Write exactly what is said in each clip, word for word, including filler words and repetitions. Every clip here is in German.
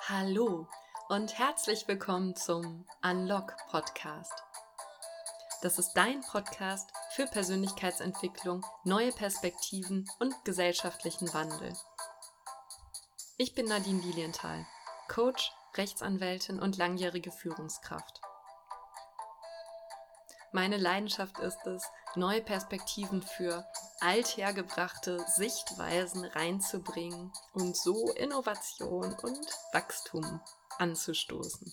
Hallo und herzlich willkommen zum Unlock Podcast. Das ist dein Podcast für Persönlichkeitsentwicklung, neue Perspektiven und gesellschaftlichen Wandel. Ich bin Nadine Lilienthal, Coach, Rechtsanwältin und langjährige Führungskraft. Meine Leidenschaft ist es, neue Perspektiven für althergebrachte Sichtweisen reinzubringen und so Innovation und Wachstum anzustoßen.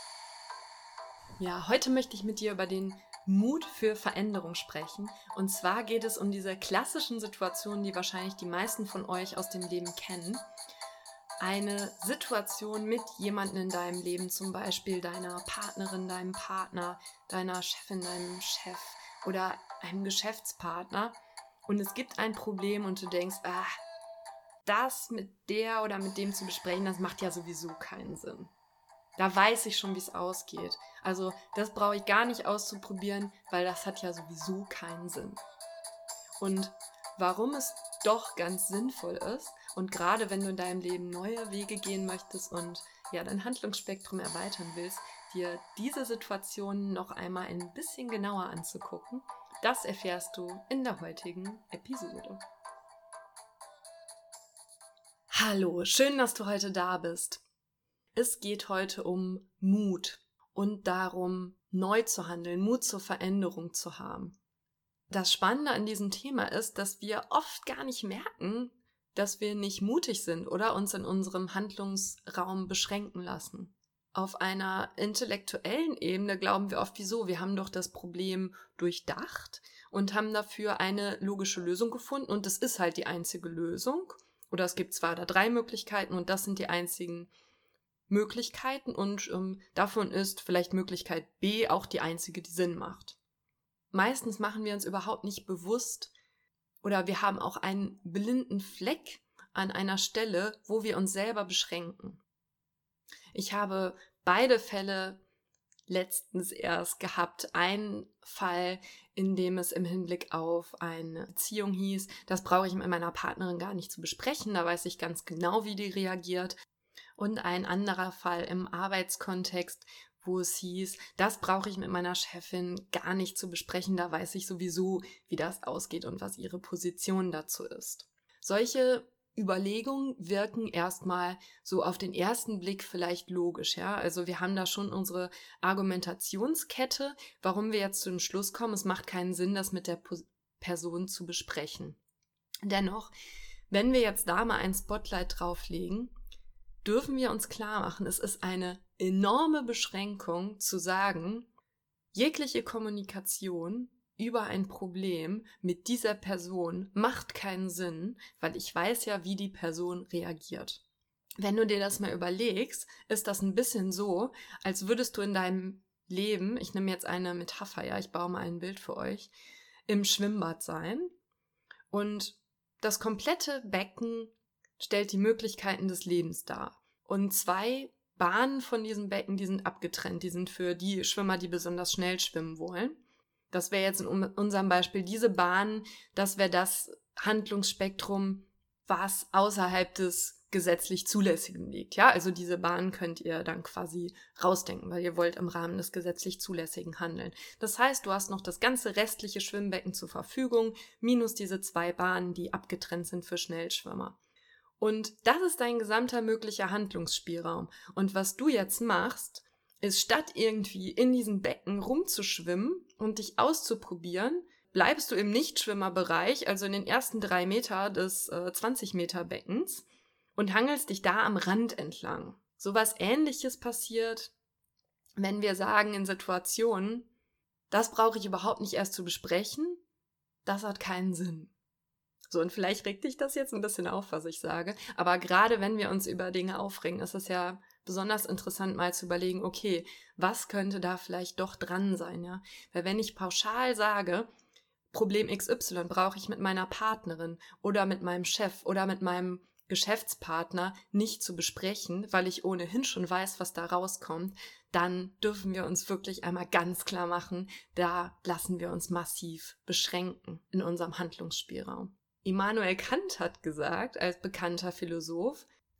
Ja, heute möchte ich mit dir über den Mut für Veränderung sprechen. Und zwar geht es um diese klassischen Situationen, die wahrscheinlich die meisten von euch aus dem Leben kennen. Eine Situation mit jemandem in deinem Leben, zum Beispiel deiner Partnerin, deinem Partner, deiner Chefin, deinem Chef oder einem Geschäftspartner. Und es gibt ein Problem und du denkst, ah, das mit der oder mit dem zu besprechen, das macht ja sowieso keinen Sinn. Da weiß ich schon, wie es ausgeht. Also das brauche ich gar nicht auszuprobieren, weil das hat ja sowieso keinen Sinn. Und warum es doch ganz sinnvoll ist und gerade wenn du in deinem Leben neue Wege gehen möchtest und ja dein Handlungsspektrum erweitern willst, dir diese Situationen noch einmal ein bisschen genauer anzugucken, das erfährst du in der heutigen Episode. Hallo, schön, dass du heute da bist. Es geht heute um Mut und darum, neu zu handeln, Mut zur Veränderung zu haben. Das Spannende an diesem Thema ist, dass wir oft gar nicht merken, dass wir nicht mutig sind oder uns in unserem Handlungsraum beschränken lassen. Auf einer intellektuellen Ebene glauben wir oft, wieso? Wir haben doch das Problem durchdacht und haben dafür eine logische Lösung gefunden und das ist halt die einzige Lösung. Oder es gibt zwei oder drei Möglichkeiten und das sind die einzigen Möglichkeiten und ähm, davon ist vielleicht Möglichkeit B auch die einzige, die Sinn macht. Meistens machen wir uns überhaupt nicht bewusst oder wir haben auch einen blinden Fleck an einer Stelle, wo wir uns selber beschränken. Ich habe beide Fälle letztens erst gehabt. Ein Fall, in dem es im Hinblick auf eine Beziehung hieß, das brauche ich mit meiner Partnerin gar nicht zu besprechen, da weiß ich ganz genau, wie die reagiert. Und ein anderer Fall im Arbeitskontext, wo es hieß, das brauche ich mit meiner Chefin gar nicht zu besprechen, da weiß ich sowieso, wie das ausgeht und was ihre Position dazu ist. Solche Überlegungen wirken erstmal so auf den ersten Blick vielleicht logisch, ja. Also wir haben da schon unsere Argumentationskette, warum wir jetzt zu dem Schluss kommen, es macht keinen Sinn, das mit der Person zu besprechen. Dennoch, wenn wir jetzt da mal ein Spotlight drauflegen, dürfen wir uns klar machen, es ist eine enorme Beschränkung zu sagen, jegliche Kommunikation über ein Problem mit dieser Person macht keinen Sinn, weil ich weiß ja, wie die Person reagiert. Wenn du dir das mal überlegst, ist das ein bisschen so, als würdest du in deinem Leben, ich nehme jetzt eine Metapher, ja, ich baue mal ein Bild für euch, im Schwimmbad sein und das komplette Becken stellt die Möglichkeiten des Lebens dar. Und zwei Bahnen von diesem Becken, die sind abgetrennt. Die sind für die Schwimmer, die besonders schnell schwimmen wollen. Das wäre jetzt in unserem Beispiel diese Bahn, das wäre das Handlungsspektrum, was außerhalb des gesetzlich Zulässigen liegt. Ja, also diese Bahn könnt ihr dann quasi rausdenken, weil ihr wollt im Rahmen des gesetzlich Zulässigen handeln. Das heißt, du hast noch das ganze restliche Schwimmbecken zur Verfügung, minus diese zwei Bahnen, die abgetrennt sind für Schnellschwimmer. Und das ist dein gesamter möglicher Handlungsspielraum. Und was du jetzt machst, ist statt irgendwie in diesem Becken rumzuschwimmen und dich auszuprobieren, bleibst du im Nichtschwimmerbereich, also in den ersten drei Meter des äh, zwanzig Meter Beckens und hangelst dich da am Rand entlang. So was Ähnliches passiert, wenn wir sagen in Situationen, das brauche ich überhaupt nicht erst zu besprechen, das hat keinen Sinn. So, und vielleicht regt dich das jetzt ein bisschen auf, was ich sage, aber gerade wenn wir uns über Dinge aufregen, ist es ja besonders interessant, mal zu überlegen, okay, was könnte da vielleicht doch dran sein, ja? Weil wenn ich pauschal sage, Problem X Y brauche ich mit meiner Partnerin oder mit meinem Chef oder mit meinem Geschäftspartner nicht zu besprechen, weil ich ohnehin schon weiß, was da rauskommt, dann dürfen wir uns wirklich einmal ganz klar machen, da lassen wir uns massiv beschränken in unserem Handlungsspielraum. Immanuel Kant hat gesagt, als bekannter Philosoph,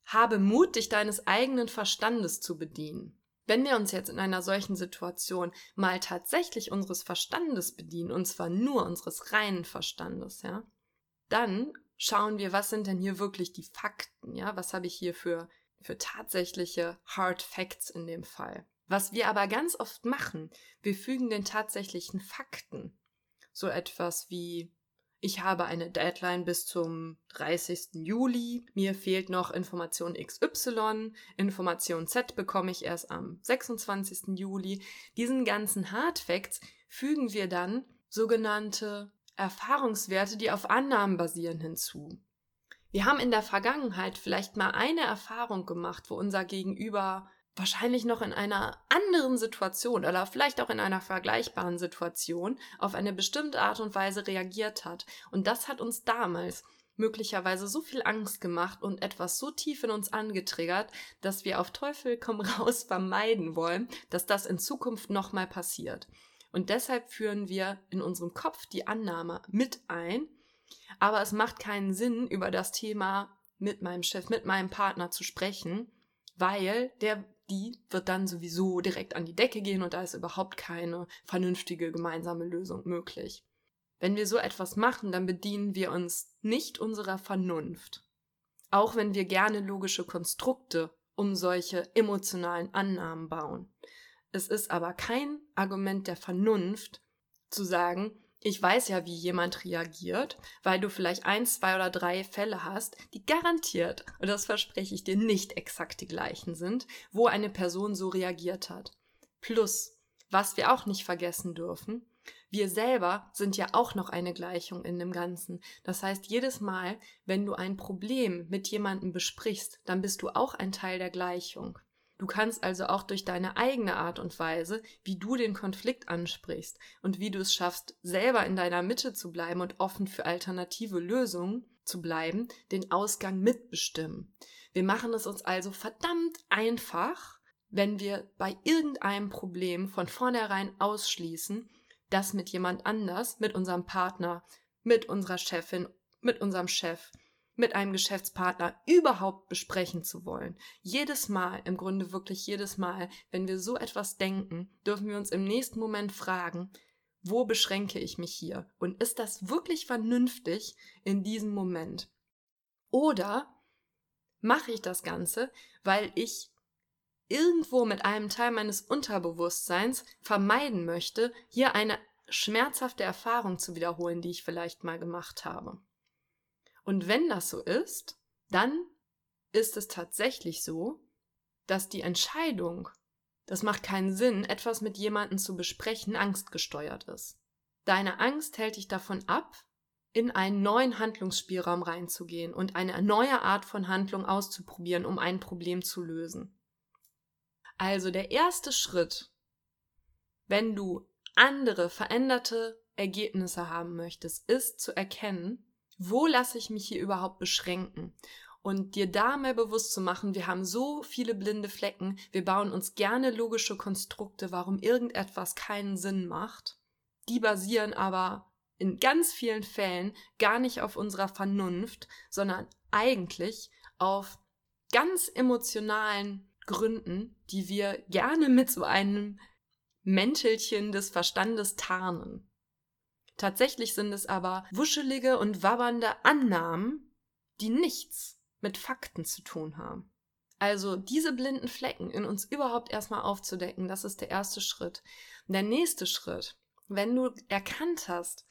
Habe Mut, dich deines eigenen Verstandes zu bedienen. Wenn wir uns jetzt in einer solchen Situation mal tatsächlich unseres Verstandes bedienen, und zwar nur unseres reinen Verstandes, ja, dann schauen wir, was sind denn hier wirklich die Fakten, ja, was habe ich hier für, für tatsächliche Hard Facts in dem Fall. Was wir aber ganz oft machen, wir fügen den tatsächlichen Fakten so etwas wie: Ich habe eine Deadline bis zum dreißigsten Juli, mir fehlt noch Information X Y, Information Z bekomme ich erst am sechsundzwanzigsten Juli. Diesen ganzen Hard Facts fügen wir dann sogenannte Erfahrungswerte, die auf Annahmen basieren, hinzu. Wir haben in der Vergangenheit vielleicht mal eine Erfahrung gemacht, wo unser Gegenüber wahrscheinlich noch in einer anderen Situation oder vielleicht auch in einer vergleichbaren Situation auf eine bestimmte Art und Weise reagiert hat. Und das hat uns damals möglicherweise so viel Angst gemacht und etwas so tief in uns angetriggert, dass wir auf Teufel komm raus vermeiden wollen, dass das in Zukunft nochmal passiert. Und deshalb führen wir in unserem Kopf die Annahme mit ein, aber es macht keinen Sinn, über das Thema mit meinem Chef, mit meinem Partner zu sprechen, weil der die wird dann sowieso direkt an die Decke gehen und da ist überhaupt keine vernünftige gemeinsame Lösung möglich. Wenn wir so etwas machen, dann bedienen wir uns nicht unserer Vernunft. Auch wenn wir gerne logische Konstrukte um solche emotionalen Annahmen bauen. Es ist aber kein Argument der Vernunft, zu sagen, ich weiß ja, wie jemand reagiert, weil du vielleicht ein, zwei oder drei Fälle hast, die garantiert, und das verspreche ich dir, nicht exakt die gleichen sind, wo eine Person so reagiert hat. Plus, was wir auch nicht vergessen dürfen, wir selber sind ja auch noch eine Gleichung in dem Ganzen. Das heißt, jedes Mal, wenn du ein Problem mit jemandem besprichst, dann bist du auch ein Teil der Gleichung. Du kannst also auch durch deine eigene Art und Weise, wie du den Konflikt ansprichst und wie du es schaffst, selber in deiner Mitte zu bleiben und offen für alternative Lösungen zu bleiben, den Ausgang mitbestimmen. Wir machen es uns also verdammt einfach, wenn wir bei irgendeinem Problem von vornherein ausschließen, das mit jemand anders, mit unserem Partner, mit unserer Chefin, mit unserem Chef, mit einem Geschäftspartner überhaupt besprechen zu wollen. Jedes Mal, im Grunde wirklich jedes Mal, wenn wir so etwas denken, dürfen wir uns im nächsten Moment fragen, wo beschränke ich mich hier? Und ist das wirklich vernünftig in diesem Moment? Oder mache ich das Ganze, weil ich irgendwo mit einem Teil meines Unterbewusstseins vermeiden möchte, hier eine schmerzhafte Erfahrung zu wiederholen, die ich vielleicht mal gemacht habe? Und wenn das so ist, dann ist es tatsächlich so, dass die Entscheidung, das macht keinen Sinn, etwas mit jemandem zu besprechen, angstgesteuert ist. Deine Angst hält dich davon ab, in einen neuen Handlungsspielraum reinzugehen und eine neue Art von Handlung auszuprobieren, um ein Problem zu lösen. Also der erste Schritt, wenn du andere, veränderte Ergebnisse haben möchtest, ist zu erkennen, wo lasse ich mich hier überhaupt beschränken? Und dir da mal bewusst zu machen, wir haben so viele blinde Flecken, wir bauen uns gerne logische Konstrukte, warum irgendetwas keinen Sinn macht. Die basieren aber in ganz vielen Fällen gar nicht auf unserer Vernunft, sondern eigentlich auf ganz emotionalen Gründen, die wir gerne mit so einem Mäntelchen des Verstandes tarnen. Tatsächlich sind es aber wuschelige und wabbernde Annahmen, die nichts mit Fakten zu tun haben. Also diese blinden Flecken in uns überhaupt erstmal aufzudecken, das ist der erste Schritt. Und der nächste Schritt, wenn du erkannt hast,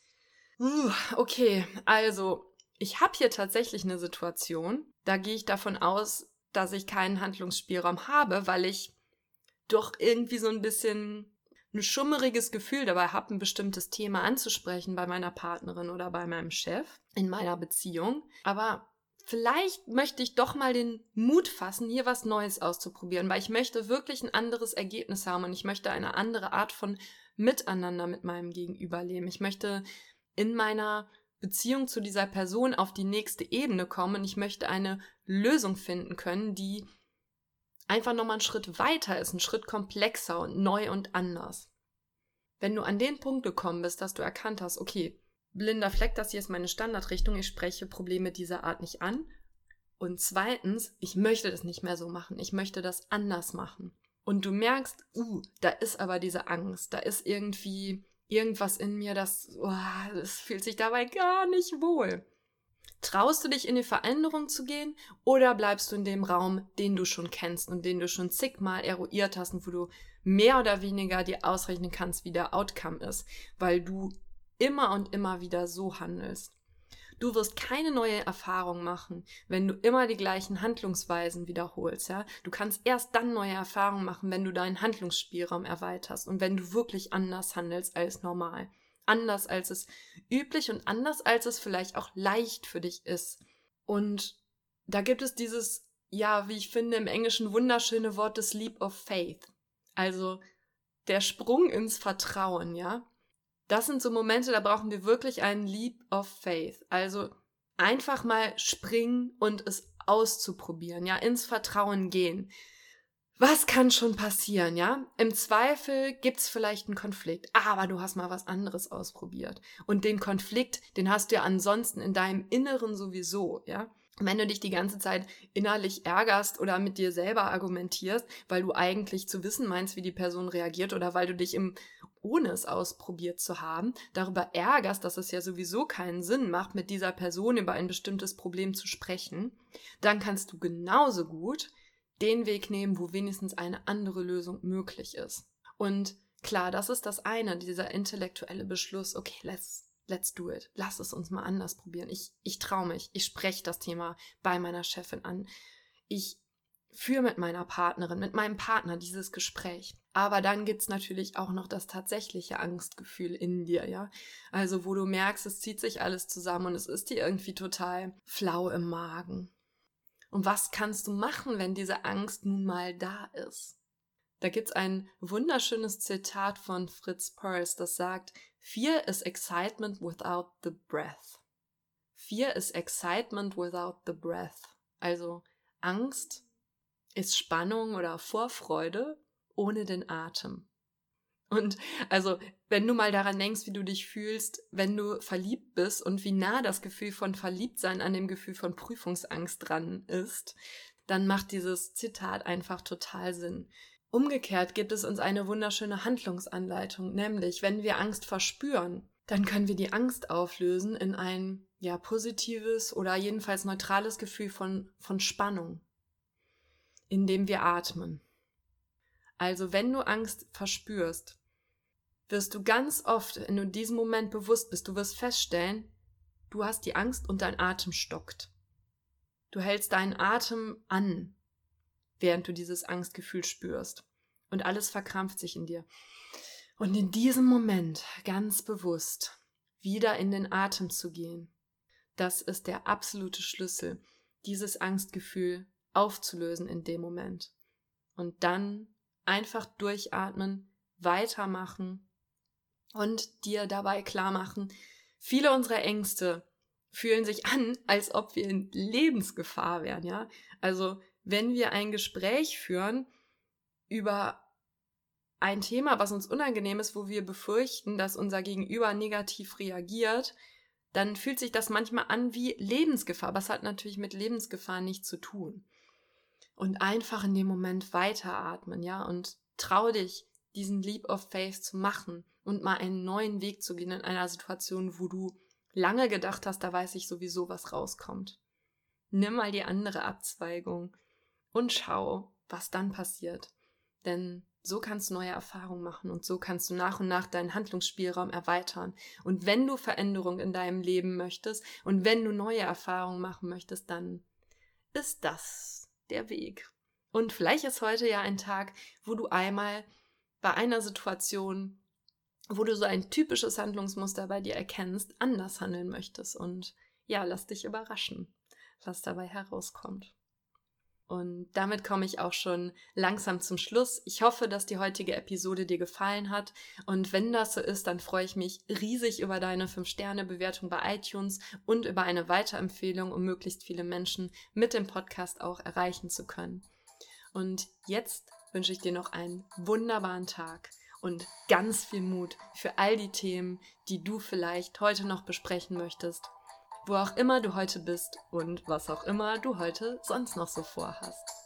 okay, also ich habe hier tatsächlich eine Situation, da gehe ich davon aus, dass ich keinen Handlungsspielraum habe, weil ich doch irgendwie so ein bisschen ein schummeriges Gefühl dabei habe, ein bestimmtes Thema anzusprechen bei meiner Partnerin oder bei meinem Chef in meiner Beziehung. Aber vielleicht möchte ich doch mal den Mut fassen, hier was Neues auszuprobieren, weil ich möchte wirklich ein anderes Ergebnis haben und ich möchte eine andere Art von Miteinander mit meinem Gegenüber leben. Ich möchte in meiner Beziehung zu dieser Person auf die nächste Ebene kommen und ich möchte eine Lösung finden können, die einfach nochmal einen Schritt weiter ist, einen Schritt komplexer und neu und anders. Wenn du an den Punkt gekommen bist, dass du erkannt hast, okay, blinder Fleck, das hier ist meine Standardrichtung, ich spreche Probleme dieser Art nicht an Und zweitens, ich möchte das nicht mehr so machen. Ich möchte das anders machen. Und du merkst, uh, da ist aber diese Angst. Da ist irgendwie irgendwas in mir, das, oh, das fühlt sich dabei gar nicht wohl. Traust du dich in die Veränderung zu gehen oder bleibst du in dem Raum, den du schon kennst und den du schon zigmal eruiert hast und wo du mehr oder weniger dir ausrechnen kannst, wie der Outcome ist, weil du immer und immer wieder so handelst. Du wirst keine neue Erfahrung machen, wenn du immer die gleichen Handlungsweisen wiederholst. Ja? Du kannst erst dann neue Erfahrungen machen, wenn du deinen Handlungsspielraum erweiterst und wenn du wirklich anders handelst als normal. Anders als es üblich und anders als es vielleicht auch leicht für dich ist. Und da gibt es dieses, ja, wie ich finde, im Englischen wunderschöne Wort des Leap of Faith. Also der Sprung ins Vertrauen, ja. Das sind so Momente, da brauchen wir wirklich einen Leap of Faith. Also einfach mal springen und es auszuprobieren, ja, ins Vertrauen gehen. Was kann schon passieren, ja? Im Zweifel gibt's vielleicht einen Konflikt, aber du hast mal was anderes ausprobiert. Und den Konflikt, den hast du ja ansonsten in deinem Inneren sowieso, ja? Wenn du dich die ganze Zeit innerlich ärgerst oder mit dir selber argumentierst, weil du eigentlich zu wissen meinst, wie die Person reagiert oder weil du dich im, ohne es ausprobiert zu haben, darüber ärgerst, dass es ja sowieso keinen Sinn macht, mit dieser Person über ein bestimmtes Problem zu sprechen, dann kannst du genauso gut den Weg nehmen, wo wenigstens eine andere Lösung möglich ist. Und klar, das ist das eine, dieser intellektuelle Beschluss, okay, let's, let's do it, lass es uns mal anders probieren. Ich, ich traue mich, ich spreche das Thema bei meiner Chefin an. Ich führe mit meiner Partnerin, mit meinem Partner dieses Gespräch. Aber dann gibt's natürlich auch noch das tatsächliche Angstgefühl in dir, ja. Also wo du merkst, es zieht sich alles zusammen und es ist dir irgendwie total flau im Magen. Und was kannst du machen, wenn diese Angst nun mal da ist? Da gibt's ein wunderschönes Zitat von Fritz Perls, das sagt, Fear is excitement without the breath. Fear is excitement without the breath. Also Angst ist Spannung oder Vorfreude ohne den Atem. Und also, wenn du mal daran denkst, wie du dich fühlst, wenn du verliebt bist und wie nah das Gefühl von Verliebtsein an dem Gefühl von Prüfungsangst dran ist, dann macht dieses Zitat einfach total Sinn. Umgekehrt gibt es uns eine wunderschöne Handlungsanleitung, nämlich, wenn wir Angst verspüren, dann können wir die Angst auflösen in ein, ja, positives oder jedenfalls neutrales Gefühl von, von Spannung, indem wir atmen. Also, wenn du Angst verspürst, wirst du ganz oft, wenn du in diesem Moment bewusst bist, du wirst feststellen, du hast die Angst und dein Atem stockt. Du hältst deinen Atem an, während du dieses Angstgefühl spürst. Und alles verkrampft sich in dir. Und in diesem Moment ganz bewusst wieder in den Atem zu gehen, das ist der absolute Schlüssel, dieses Angstgefühl aufzulösen in dem Moment. Und dann einfach durchatmen, weitermachen und dir dabei klar machen, viele unserer Ängste fühlen sich an, als ob wir in Lebensgefahr wären, ja. Also, wenn wir ein Gespräch führen über ein Thema, was uns unangenehm ist, wo wir befürchten, dass unser Gegenüber negativ reagiert, dann fühlt sich das manchmal an wie Lebensgefahr, aber es hat natürlich mit Lebensgefahr nichts zu tun. Und einfach in dem Moment weiteratmen, ja, und trau dich, diesen Leap of Faith zu machen und mal einen neuen Weg zu gehen in einer Situation, wo du lange gedacht hast, da weiß ich sowieso, was rauskommt. Nimm mal die andere Abzweigung und schau, was dann passiert. Denn so kannst du neue Erfahrungen machen und so kannst du nach und nach deinen Handlungsspielraum erweitern. Und wenn du Veränderung in deinem Leben möchtest und wenn du neue Erfahrungen machen möchtest, dann ist das der Weg. Und vielleicht ist heute ja ein Tag, wo du einmal bei einer Situation, wo du so ein typisches Handlungsmuster bei dir erkennst, anders handeln möchtest. Und ja, lass dich überraschen, was dabei herauskommt. Und damit komme ich auch schon langsam zum Schluss. Ich hoffe, dass die heutige Episode dir gefallen hat. Und wenn das so ist, dann freue ich mich riesig über deine fünf Sterne Bewertung bei iTunes und über eine Weiterempfehlung, um möglichst viele Menschen mit dem Podcast auch erreichen zu können. Und jetzt wünsche ich dir noch einen wunderbaren Tag und ganz viel Mut für all die Themen, die du vielleicht heute noch besprechen möchtest. wo auch immer du heute bist und was auch immer du heute sonst noch so vorhast.